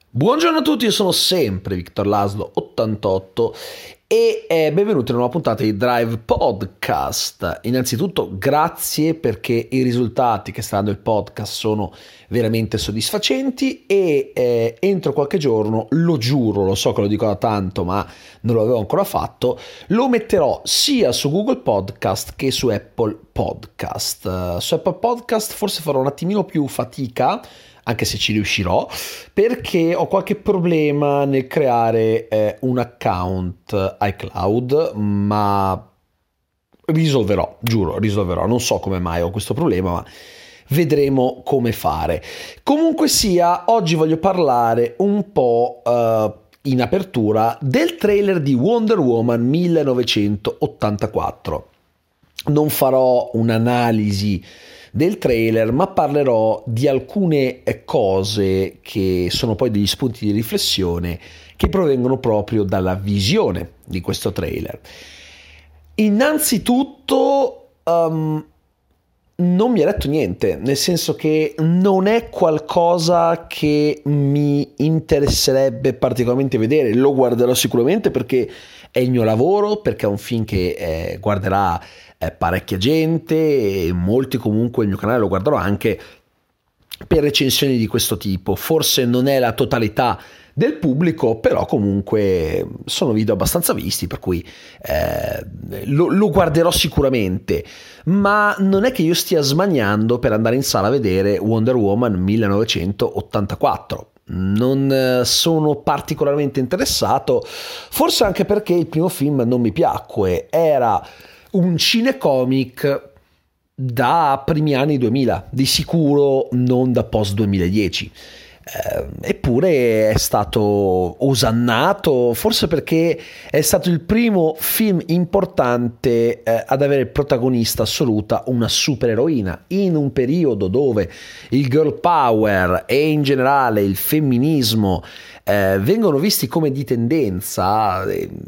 Buongiorno a tutti, io sono sempre Victor Laszlo 88 e benvenuti in una nuova puntata di Drive Podcast. Innanzitutto grazie perché i risultati che sta dando il podcast sono veramente soddisfacenti e entro qualche giorno, lo giuro, lo so che lo dico da tanto ma non l'avevo ancora fatto, lo metterò sia su Google Podcast che su Apple Podcast. Su Apple Podcast forse farò un attimino più fatica, anche se ci riuscirò, perché ho qualche problema nel creare un account iCloud, ma risolverò, giuro, risolverò. Non so come mai ho questo problema, ma vedremo come fare. Comunque sia, oggi voglio parlare un po' in apertura del trailer di Wonder Woman 1984. Non farò un'analisi del trailer, ma parlerò di alcune cose che sono poi degli spunti di riflessione che provengono proprio dalla visione di questo trailer. Innanzitutto non mi ha detto niente, nel senso che non è qualcosa che mi interesserebbe particolarmente vedere. Lo guarderò sicuramente perché è il mio lavoro, perché è un film che guarderà parecchia gente e molti comunque il mio canale lo guarderò anche per recensioni di questo tipo. Forse non è la totalità del pubblico, però comunque sono video abbastanza visti, per cui lo guarderò sicuramente, ma non è che io stia smaniando per andare in sala a vedere Wonder Woman 1984. Non sono particolarmente interessato, forse anche perché il primo film non mi piacque, era un cinecomic da primi anni 2000, di sicuro non da post 2010. Eppure è stato osannato, forse perché è stato il primo film importante ad avere protagonista assoluta una supereroina, in un periodo dove il girl power e in generale il femminismo vengono visti come di tendenza.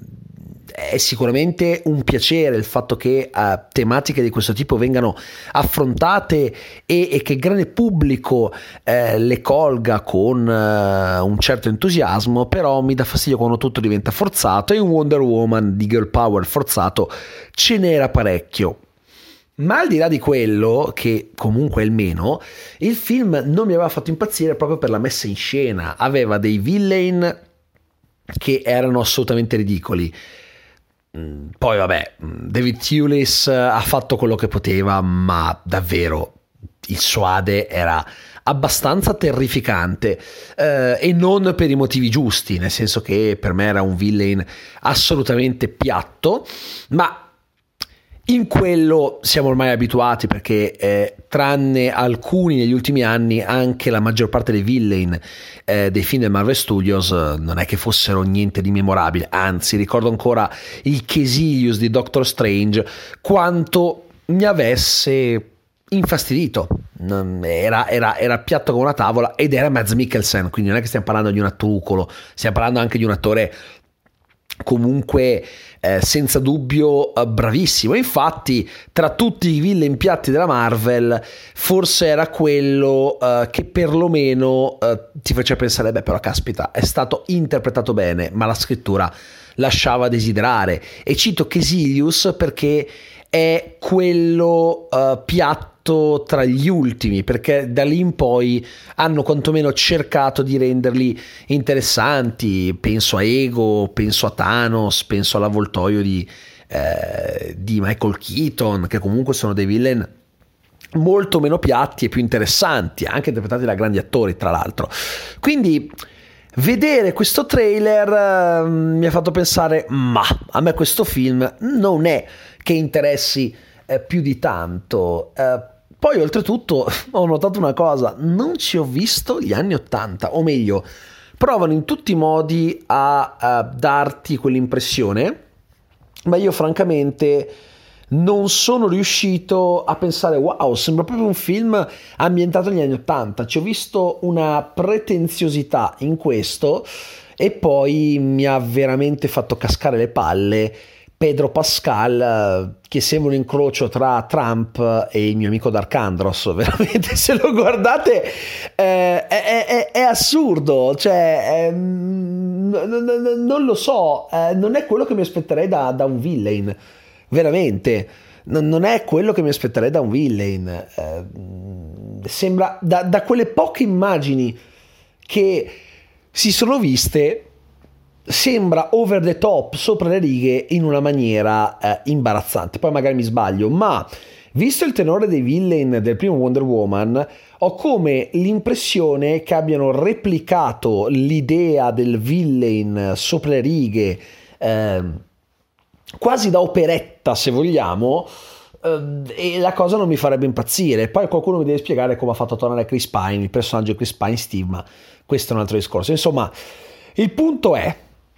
È sicuramente un piacere il fatto che tematiche di questo tipo vengano affrontate e che il grande pubblico le colga con un certo entusiasmo, però mi dà fastidio quando tutto diventa forzato, e in Wonder Woman di girl power forzato ce n'era parecchio. Ma al di là di quello, che comunque è il meno, il film non mi aveva fatto impazzire proprio per la messa in scena. Aveva dei villain che erano assolutamente ridicoli. Poi vabbè, David Thewlis ha fatto quello che poteva, ma davvero il suo Ade era abbastanza terrificante, e non per i motivi giusti, nel senso che per me era un villain assolutamente piatto, ma in quello siamo ormai abituati perché tranne alcuni negli ultimi anni anche la maggior parte dei villain dei film del Marvel Studios non è che fossero niente di memorabile, anzi ricordo ancora il Kesilius di Doctor Strange quanto mi avesse infastidito. Era piatto come una tavola ed era Mads Mikkelsen, quindi non è che stiamo parlando di un attrucolo, stiamo parlando anche di un attore comunque senza dubbio bravissimo. Infatti tra tutti i villain piatti della Marvel forse era quello che perlomeno ti faceva pensare, beh, però caspita, è stato interpretato bene, ma la scrittura lasciava a desiderare. E cito Kesilius perché è quello piatto tra gli ultimi, perché da lì in poi hanno quantomeno cercato di renderli interessanti. Penso a Ego, penso a Thanos, penso all'avvoltoio di Michael Keaton, che comunque sono dei villain molto meno piatti e più interessanti, anche interpretati da grandi attori tra l'altro. Quindi vedere questo trailer mi ha fatto pensare, ma a me questo film non è che interessi più di tanto. Poi oltretutto ho notato una cosa, non ci ho visto gli anni 80, o meglio provano in tutti i modi a darti quell'impressione, ma io francamente non sono riuscito a pensare wow, sembra proprio un film ambientato negli anni 80. Ci ho visto una pretenziosità in questo e poi mi ha veramente fatto cascare le palle, Pedro Pascal, che sembra un incrocio tra Trump e il mio amico Dark Andros. Veramente, se lo guardate è assurdo, cioè non lo so, non è quello che mi aspetterei da un villain, veramente. Non è quello che mi aspetterei da un villain. Sembra, da quelle poche immagini che si sono viste, sembra over the top, sopra le righe, in una maniera imbarazzante. Poi magari mi sbaglio, ma visto il tenore dei villain del primo Wonder Woman, ho come l'impressione che abbiano replicato l'idea del villain sopra le righe, quasi da operetta, se vogliamo, e la cosa non mi farebbe impazzire. Poi qualcuno mi deve spiegare come ha fatto a tornare Chris Pine, il personaggio Chris Pine Steve, ma questo è un altro discorso. Insomma, il punto è,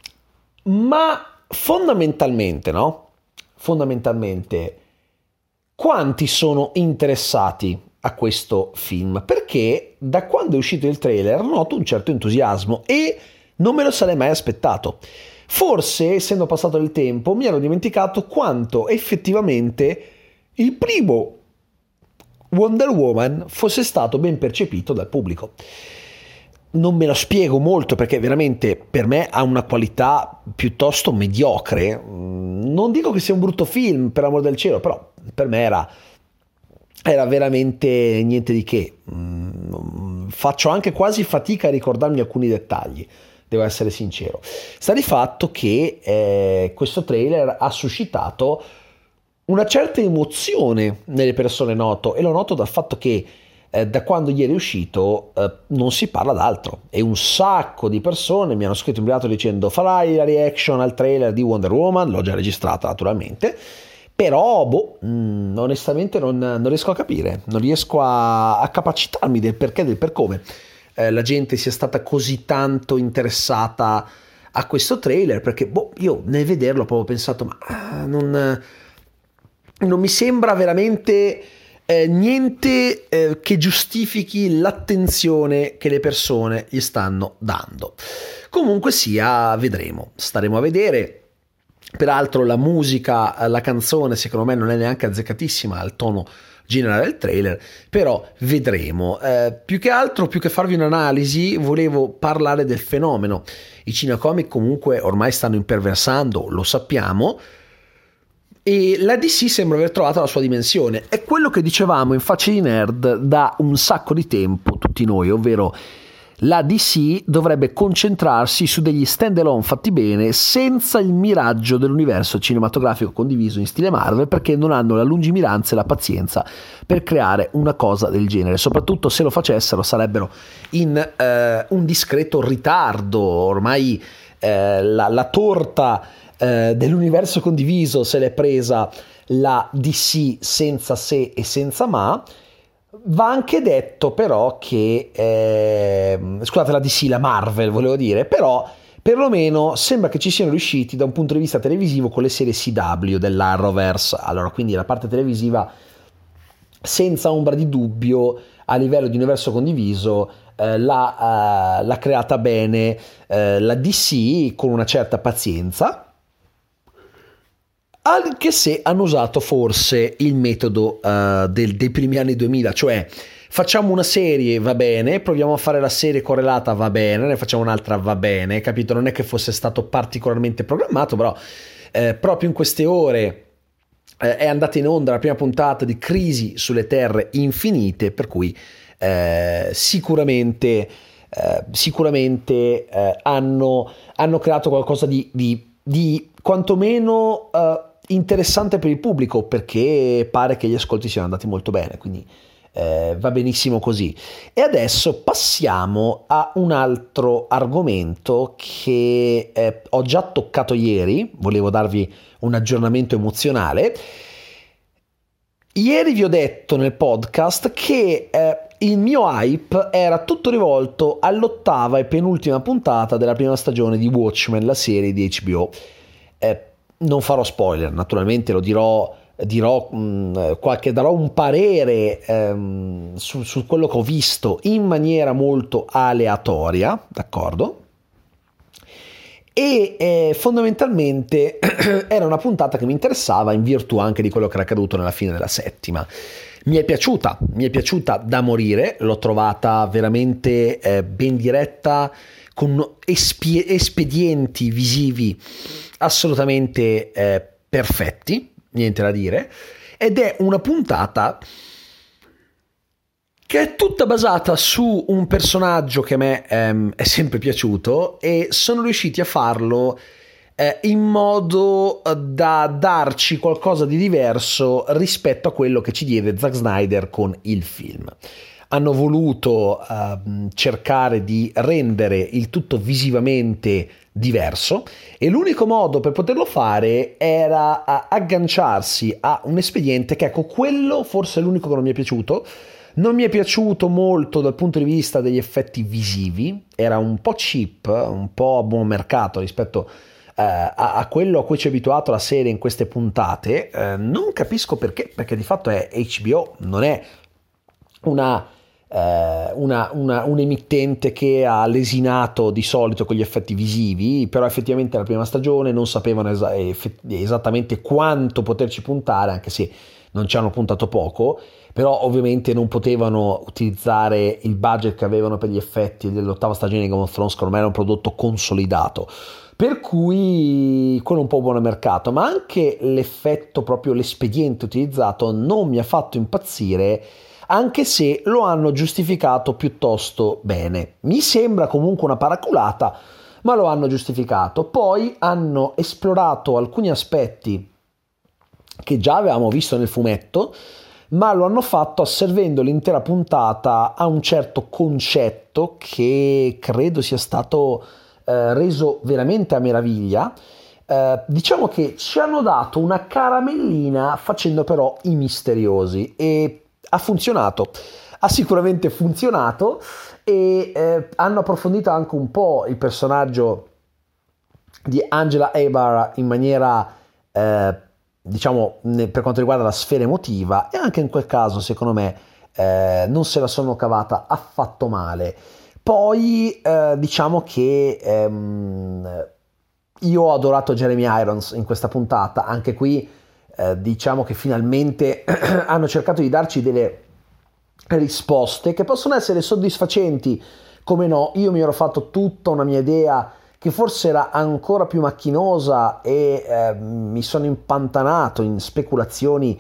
ma fondamentalmente, no? Fondamentalmente, quanti sono interessati a questo film? Perché da quando è uscito il trailer noto un certo entusiasmo e non me lo sarei mai aspettato. Forse, essendo passato del tempo, mi ero dimenticato quanto effettivamente il primo Wonder Woman fosse stato ben percepito dal pubblico. Non me lo spiego molto, perché veramente per me ha una qualità piuttosto mediocre. Non dico che sia un brutto film, per amor del cielo, però per me era veramente niente di che. Faccio anche quasi fatica a ricordarmi alcuni dettagli, devo essere sincero. Sta di fatto che questo trailer ha suscitato una certa emozione nelle persone, noto, e lo noto dal fatto che da quando ieri è uscito non si parla d'altro, e un sacco di persone mi hanno scritto in privato dicendo: farai la reaction al trailer di Wonder Woman? L'ho già registrata naturalmente, però onestamente non riesco a capire, non riesco a capacitarmi del perché, del per come la gente sia stata così tanto interessata a questo trailer, perché io nel vederlo ho proprio pensato, ma non mi sembra veramente niente che giustifichi l'attenzione che le persone gli stanno dando. Comunque sia, vedremo, staremo a vedere. Peraltro la musica, la canzone secondo me non è neanche azzeccatissima al tono generale del trailer, però vedremo. Più che altro, più che farvi un'analisi, volevo parlare del fenomeno. I cinecomic comunque ormai stanno imperversando, lo sappiamo, e la DC sembra aver trovato la sua dimensione. È quello che dicevamo in Facce di Nerd da un sacco di tempo tutti noi, ovvero la DC dovrebbe concentrarsi su degli stand-alone fatti bene, senza il miraggio dell'universo cinematografico condiviso in stile Marvel, perché non hanno la lungimiranza e la pazienza per creare una cosa del genere. Soprattutto se lo facessero sarebbero in un discreto ritardo. Ormai la torta dell'universo condiviso se l'è presa la DC senza se e senza ma. Va anche detto però che scusate, la DC, la Marvel volevo dire, però perlomeno sembra che ci siano riusciti da un punto di vista televisivo con le serie CW dell'Arrowverse. Allora, quindi la parte televisiva senza ombra di dubbio a livello di universo condiviso l'ha creata bene la DC, con una certa pazienza, anche se hanno usato forse il metodo dei primi anni 2000, cioè facciamo una serie, va bene, proviamo a fare la serie correlata, va bene, ne facciamo un'altra, va bene, capito? Non è che fosse stato particolarmente programmato, però proprio in queste ore è andata in onda la prima puntata di Crisi sulle Terre Infinite, per cui sicuramente hanno creato qualcosa di quantomeno interessante per il pubblico, perché pare che gli ascolti siano andati molto bene, quindi va benissimo così. E adesso passiamo a un altro argomento che ho già toccato ieri. Volevo darvi un aggiornamento emozionale. Ieri vi ho detto nel podcast che il mio hype era tutto rivolto all'8ª e penultima puntata della prima stagione di Watchmen, la serie di HBO. Non farò spoiler, naturalmente lo darò un parere su quello che ho visto in maniera molto aleatoria, d'accordo? e fondamentalmente era una puntata che mi interessava in virtù anche di quello che era accaduto nella fine della settima. Mi è piaciuta da morire, l'ho trovata veramente ben diretta, con espedienti visivi assolutamente perfetti, niente da dire, ed è una puntata che è tutta basata su un personaggio che a me è sempre piaciuto, e sono riusciti a farlo in modo da darci qualcosa di diverso rispetto a quello che ci diede Zack Snyder con il film. Hanno voluto cercare di rendere il tutto visivamente diverso, e l'unico modo per poterlo fare era agganciarsi a un espediente che, ecco, quello forse è l'unico che non mi è piaciuto. Non mi è piaciuto molto dal punto di vista degli effetti visivi, era un po' cheap, un po' a buon mercato rispetto a quello a cui ci è abituato la serie in queste puntate. Non capisco perché di fatto è HBO, non è un emittente che ha lesinato di solito con gli effetti visivi, però effettivamente la prima stagione non sapevano esattamente quanto poterci puntare, anche se non ci hanno puntato poco, però ovviamente non potevano utilizzare il budget che avevano per gli effetti dell'ottava stagione di Game of Thrones, che ormai era un prodotto consolidato, per cui quello un po' buono mercato. Ma anche l'effetto, proprio l'espediente utilizzato, non mi ha fatto impazzire, anche se lo hanno giustificato piuttosto bene. Mi sembra comunque una paraculata, ma lo hanno giustificato. Poi hanno esplorato alcuni aspetti che già avevamo visto nel fumetto, ma lo hanno fatto asservendo l'intera puntata a un certo concetto che credo sia stato reso veramente a meraviglia. Diciamo che ci hanno dato una caramellina facendo però i misteriosi, e ha funzionato, ha sicuramente funzionato, e hanno approfondito anche un po' il personaggio di Angela Abar in maniera diciamo per quanto riguarda la sfera emotiva, e anche in quel caso secondo me non se la sono cavata affatto male. Poi diciamo che io ho adorato Jeremy Irons in questa puntata. Anche qui diciamo che finalmente hanno cercato di darci delle risposte che possono essere soddisfacenti, come no. Io mi ero fatto tutta una mia idea che forse era ancora più macchinosa, e mi sono impantanato in speculazioni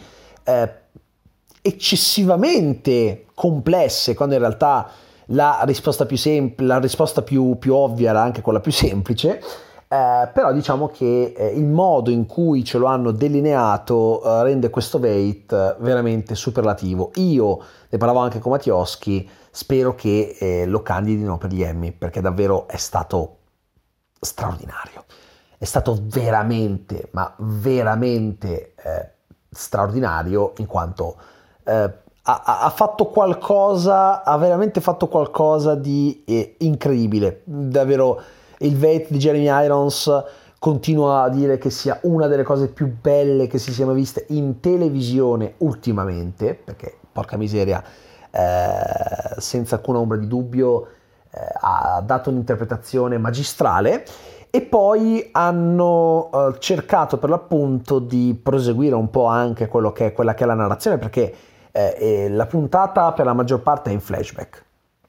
eccessivamente complesse, quando in realtà la risposta più ovvia era anche quella più semplice. Però diciamo che il modo in cui ce lo hanno delineato rende questo Wait veramente superlativo. Io ne parlavo anche con Mattioschi, spero che lo candidino per gli Emmy, perché davvero è stato straordinario, è stato veramente, ma veramente straordinario, in quanto ha fatto qualcosa, ha veramente fatto qualcosa di incredibile. Davvero, il Wait di Jeremy Irons continua a dire che sia una delle cose più belle che si siano viste in televisione ultimamente, perché porca miseria, senza alcuna ombra di dubbio ha dato un'interpretazione magistrale. E poi hanno cercato per l'appunto di proseguire un po' anche quella che è la narrazione, perché la puntata per la maggior parte è in flashback.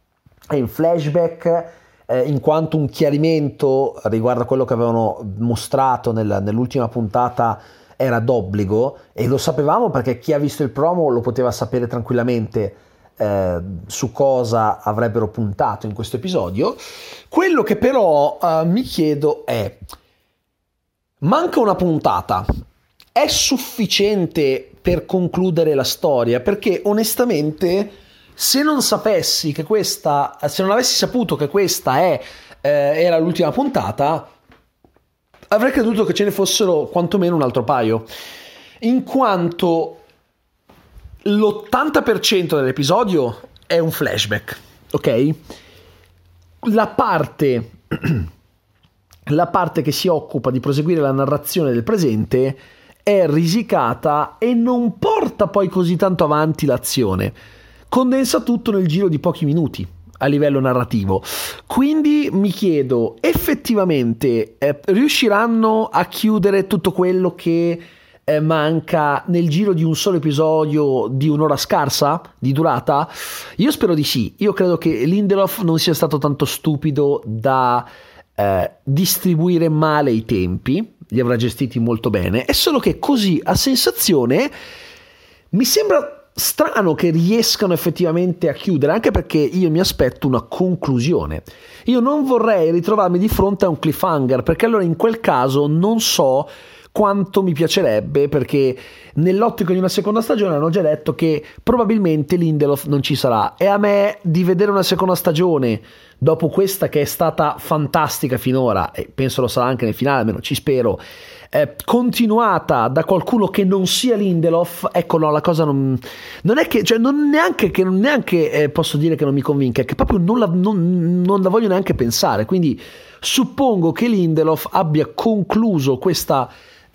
In quanto un chiarimento riguardo a quello che avevano mostrato nell'ultima puntata era d'obbligo, e lo sapevamo perché chi ha visto il promo lo poteva sapere tranquillamente su cosa avrebbero puntato in questo episodio. Quello che però mi chiedo è: manca una puntata, è sufficiente per concludere la storia? Perché onestamente, se non avessi saputo che questa era l'ultima puntata, avrei creduto che ce ne fossero quantomeno un altro paio, in quanto l'80% dell'episodio è un flashback, ok? La parte che si occupa di proseguire la narrazione del presente è risicata e non porta poi così tanto avanti l'azione. Condensa tutto nel giro di pochi minuti. a livello narrativo. Quindi mi chiedo, effettivamente riusciranno a chiudere tutto quello che manca nel giro di un solo episodio di un'ora scarsa di durata? Io spero di sì. Io credo che Lindelof non sia stato tanto stupido da distribuire male i tempi, li avrà gestiti molto bene. È solo che così a sensazione mi sembra strano che riescano effettivamente a chiudere, anche perché io mi aspetto una conclusione. Io non vorrei ritrovarmi di fronte a un cliffhanger, perché allora in quel caso non so quanto mi piacerebbe, perché nell'ottico di una seconda stagione hanno già detto che probabilmente Lindelof non ci sarà, e a me di vedere una seconda stagione dopo questa che è stata fantastica finora, e penso lo sarà anche nel finale, almeno ci spero, continuata da qualcuno che non sia Lindelof, ecco no, la cosa non è che, cioè non neanche posso dire che non mi convinca, è che proprio non la voglio neanche pensare. Quindi suppongo che Lindelof abbia concluso questa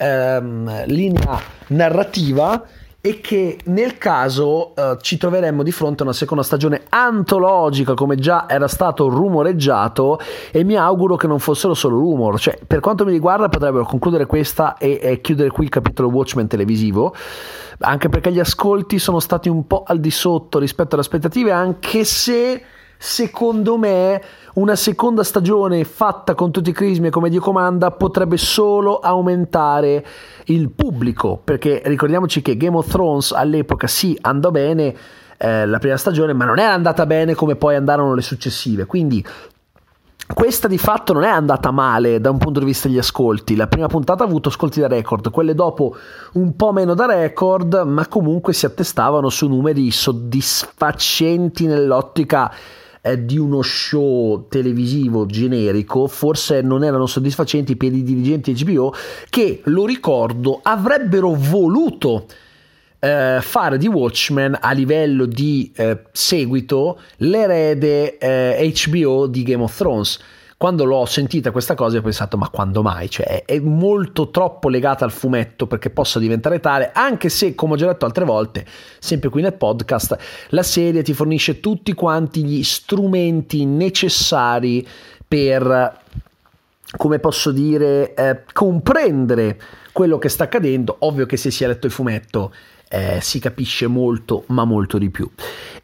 linea narrativa e che nel caso ci troveremmo di fronte a una seconda stagione antologica, come già era stato rumoreggiato, e mi auguro che non fossero solo rumor. Cioè, per quanto mi riguarda potrebbero concludere questa e chiudere qui il capitolo Watchmen televisivo, anche perché gli ascolti sono stati un po' al di sotto rispetto alle aspettative, anche se secondo me una seconda stagione fatta con tutti i crismi e come Dio comanda potrebbe solo aumentare il pubblico, perché ricordiamoci che Game of Thrones all'epoca sì, andò bene la prima stagione, ma non era andata bene come poi andarono le successive. Quindi questa di fatto non è andata male da un punto di vista degli ascolti. La prima puntata ha avuto ascolti da record, quelle dopo un po' meno da record, ma comunque si attestavano su numeri soddisfacenti nell'ottica di uno show televisivo generico. Forse non erano soddisfacenti per i dirigenti HBO, che, lo ricordo, avrebbero voluto fare di Watchmen a livello di seguito l'erede HBO di Game of Thrones. Quando l'ho sentita questa cosa ho pensato, ma quando mai? Cioè, è molto troppo legata al fumetto perché possa diventare tale, anche se, come ho già detto altre volte, sempre qui nel podcast, la serie ti fornisce tutti quanti gli strumenti necessari per, come posso dire, comprendere quello che sta accadendo. Ovvio che se si è letto il fumetto si capisce molto, ma molto di più.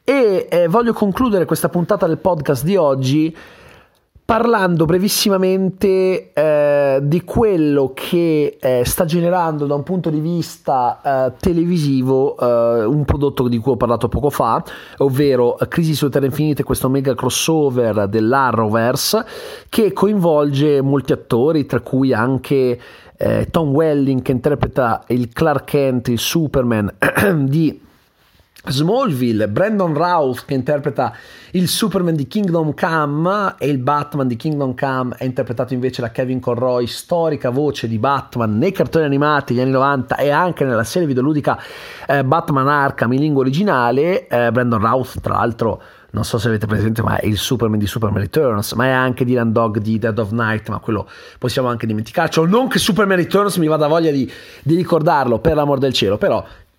E voglio concludere questa puntata del podcast di oggi parlando brevissimamente di quello che sta generando da un punto di vista televisivo un prodotto di cui ho parlato poco fa, ovvero Crisi su Terre Infinite, questo mega crossover dell'Arrowverse che coinvolge molti attori, tra cui anche Tom Welling, che interpreta il Clark Kent, il Superman di Smallville, Brandon Routh, che interpreta il Superman di Kingdom Come, e il Batman di Kingdom Come è interpretato invece da Kevin Conroy, storica voce di Batman nei cartoni animati degli anni 90 e anche nella serie videoludica Batman Arkham in lingua originale. Brandon Routh, tra l'altro, non so se avete presente, ma è il Superman di Superman Returns, ma è anche Dylan Dog di Dead of Night, ma quello possiamo anche dimenticarci, o non che Superman Returns mi vada voglia di ricordarlo, per l'amor del cielo, però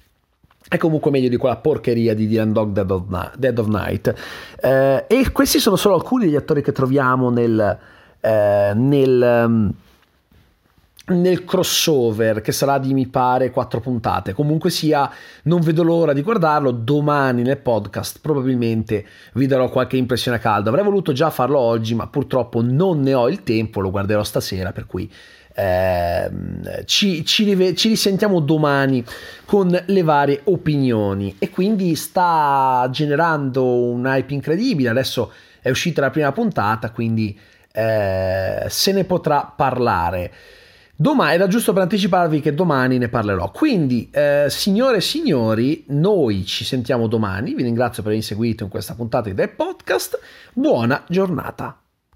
è comunque meglio di quella porcheria di Dylan Dog Dead of Night. E questi sono solo alcuni degli attori che troviamo nel crossover, che sarà di, mi pare, 4 puntate. Comunque sia, non vedo l'ora di guardarlo. Domani nel podcast probabilmente vi darò qualche impressione a caldo. Avrei voluto già farlo oggi, ma purtroppo non ne ho il tempo. Lo guarderò stasera, per cui ci risentiamo domani con le varie opinioni. E quindi sta generando un hype incredibile. Adesso è uscita la prima puntata, quindi se ne potrà parlare domani. Era giusto per anticiparvi che domani ne parlerò. Quindi signore e signori, noi ci sentiamo domani. Vi ringrazio per avermi seguito in questa puntata del podcast. Buona giornata.